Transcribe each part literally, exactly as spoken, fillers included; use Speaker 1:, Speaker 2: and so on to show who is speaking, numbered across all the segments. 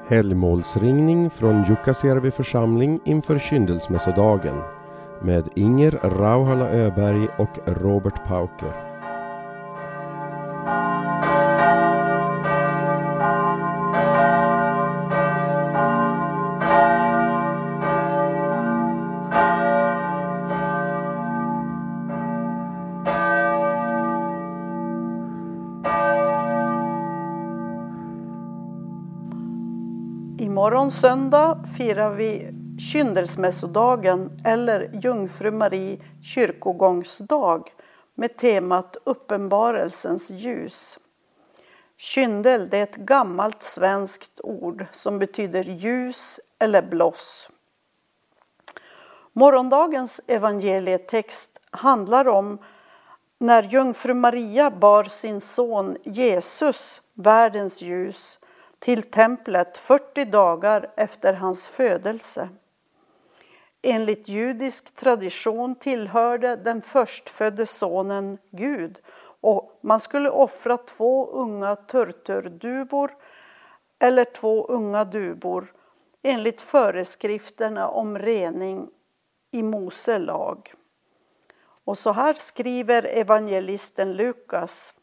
Speaker 1: Helgmålsringning från Jukkasjärvi församling inför kyndelsmässodagen med Inger Rauhala Öberg och Robert Pauker.
Speaker 2: Imorgon söndag firar vi kyndelsmässodagen eller Jungfru Marie kyrkogångsdag med temat uppenbarelsens ljus. Kyndel, det är ett gammalt svenskt ord som betyder ljus eller bloss. Morgondagens evangelietext handlar om när Jungfru Maria bar sin son Jesus, världens ljus, till templet fyrtio dagar efter hans födelse. Enligt judisk tradition tillhörde den förstfödde sonen Gud och man skulle offra två unga turturduvor eller två unga duvor enligt föreskrifterna om rening i Mose lag. Och så här skriver evangelisten Lukas.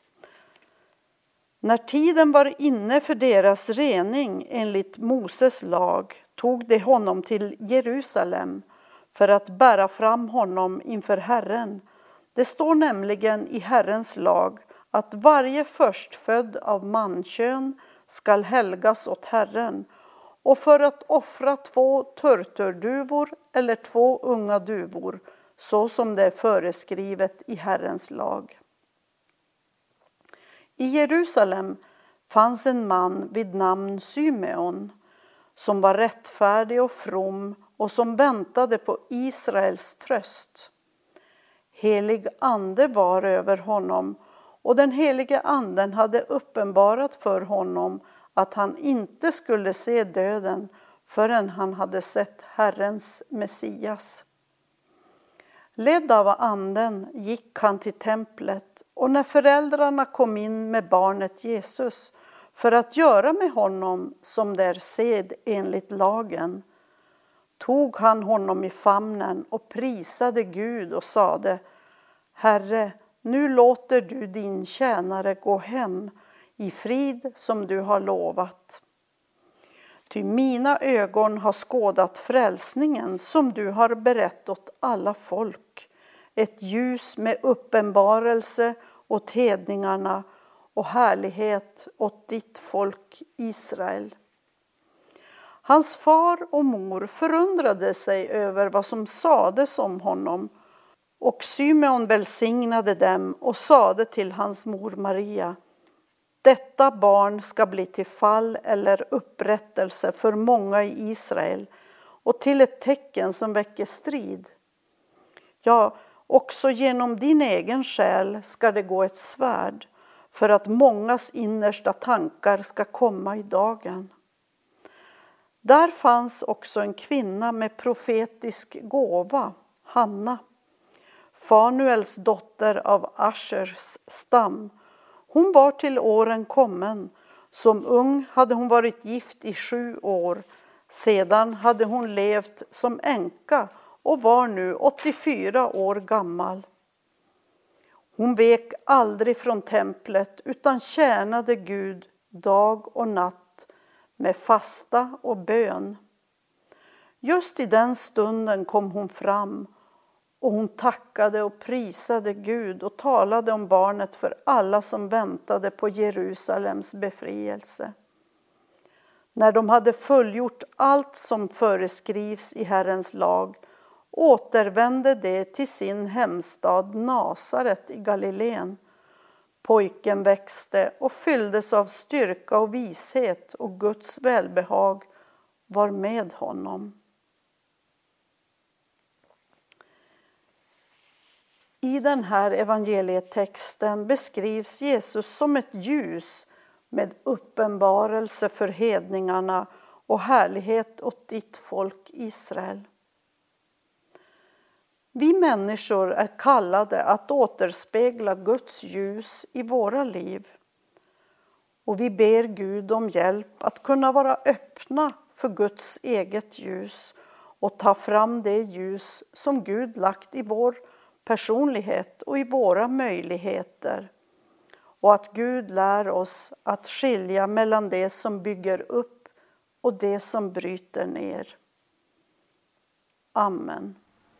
Speaker 2: När tiden var inne för deras rening enligt Moses lag tog de honom till Jerusalem för att bära fram honom inför Herren. Det står nämligen i Herrens lag att varje förstfödd av mankön skall helgas åt Herren, och för att offra två turturduvor eller två unga duvor så som det är föreskrivet i Herrens lag. I Jerusalem fanns en man vid namn Symeon som var rättfärdig och from och som väntade på Israels tröst. Helig ande var över honom, och den helige anden hade uppenbarat för honom att han inte skulle se döden förrän han hade sett Herrens Messias. Ledd av anden gick han till templet, och när föräldrarna kom in med barnet Jesus för att göra med honom som där sed enligt lagen, tog han honom i famnen och prisade Gud och sade: Herre, nu låter du din tjänare gå hem i frid som du har lovat. Ty mina ögon har skådat frälsningen som du har berättat åt alla folk, ett ljus med uppenbarelse åt hedningarna och härlighet åt ditt folk Israel. Hans far och mor förundrade sig över vad som sades om honom, och Symeon välsignade dem och sade till hans mor Maria: Detta barn ska bli till fall eller upprättelse för många i Israel och till ett tecken som väcker strid. Ja, också genom din egen själ ska det gå ett svärd, för att mångas innersta tankar ska komma i dagen. Där fanns också en kvinna med profetisk gåva, Hanna, Fanuels dotter av Aschers stam. Hon var till åren kommen. Som ung hade hon varit gift i sju år. Sedan hade hon levt som änka och var nu åttiofyra år gammal. Hon vek aldrig från templet utan tjänade Gud dag och natt med fasta och bön. Just i den stunden kom hon fram, och hon tackade och prisade Gud och talade om barnet för alla som väntade på Jerusalems befrielse. När de hade fullgjort allt som föreskrivs i Herrens lag återvände de till sin hemstad Nasaret i Galileen. Pojken växte och fylldes av styrka och vishet, och Guds välbehag var med honom. I den här evangelietexten beskrivs Jesus som ett ljus med uppenbarelse för hedningarna och härlighet åt ditt folk Israel. Vi människor är kallade att återspegla Guds ljus i våra liv. Och vi ber Gud om hjälp att kunna vara öppna för Guds eget ljus och ta fram det ljus som Gud lagt i vår personlighet och i våra möjligheter. Och att Gud lär oss att skilja mellan det som bygger upp och det som bryter ner. Amen.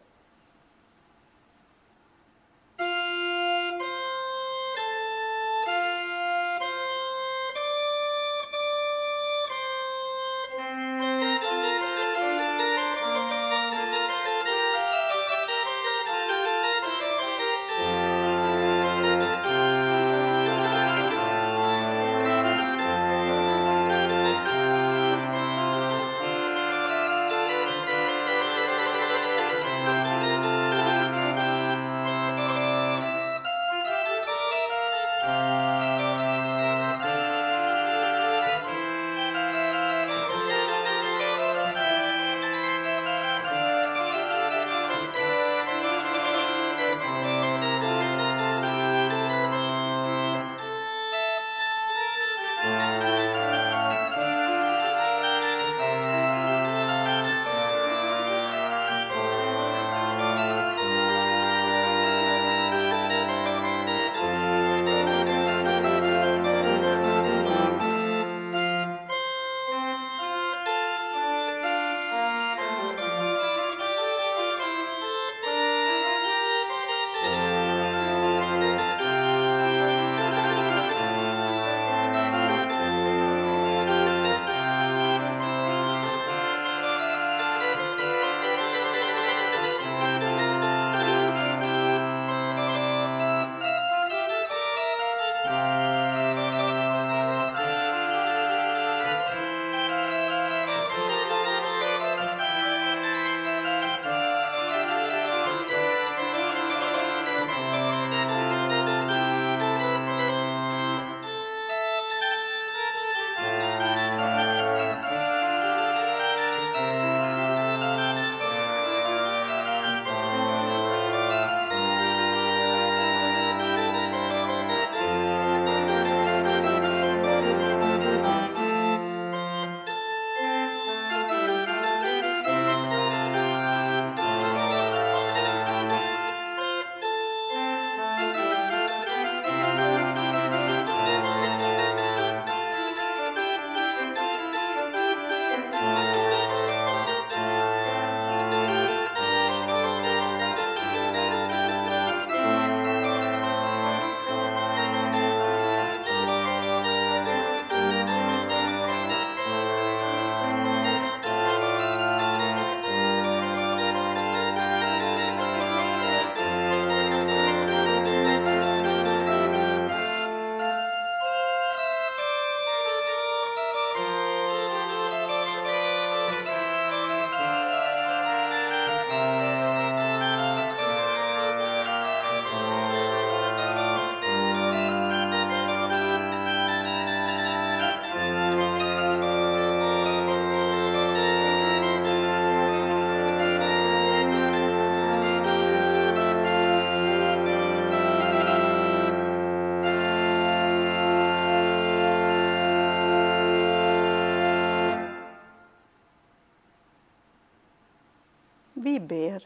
Speaker 2: Vi ber.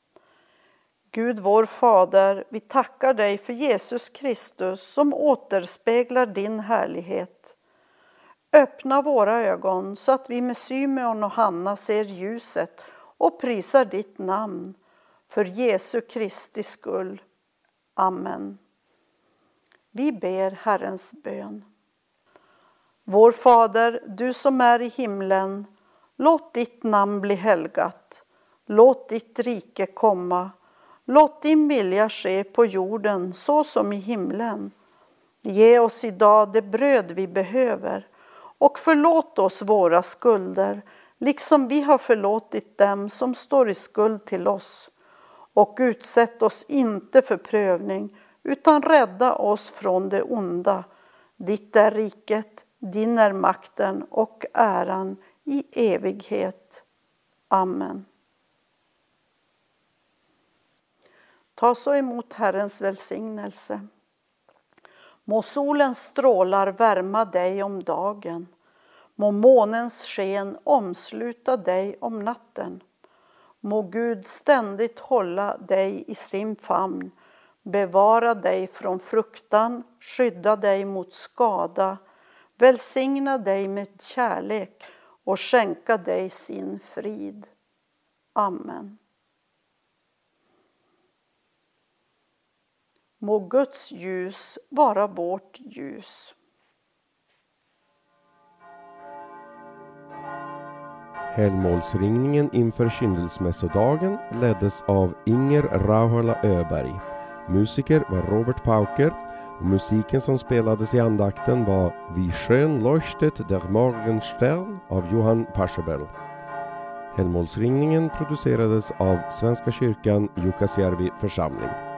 Speaker 2: Gud vår Fader, vi tackar dig för Jesus Kristus som återspeglar din härlighet. Öppna våra ögon så att vi med Symeon och Hanna ser ljuset och prisar ditt namn för Jesu Kristi skull. Amen. Vi ber Herrens bön. Vår Fader, du som är i himlen, låt ditt namn bli helgat. Låt ditt rike komma. Låt din vilja ske på jorden så som i himlen. Ge oss idag det bröd vi behöver och förlåt oss våra skulder, liksom vi har förlåtit dem som står i skuld till oss. Och utsätt oss inte för prövning, utan rädda oss från det onda. Ditt är riket, din är makten och äran i evighet. Amen. Ta så emot Herrens välsignelse. Må solens strålar värma dig om dagen. Må månens sken omsluta dig om natten. Må Gud ständigt hålla dig i sin famn, bevara dig från fruktan, skydda dig mot skada, välsigna dig med kärlek och skänka dig sin frid. Amen. Må Guds ljus vara vårt ljus.
Speaker 1: Helgmålsringningen inför kyndelsmässodagen leddes av Inger Rauhala Öberg. Musiker var Robert Pauker och musiken som spelades i andakten var Wie schön leuchtet der Morgenstern av Johann Paschebel. Helgmålsringningen producerades av Svenska kyrkan Jukkasjärvi församling.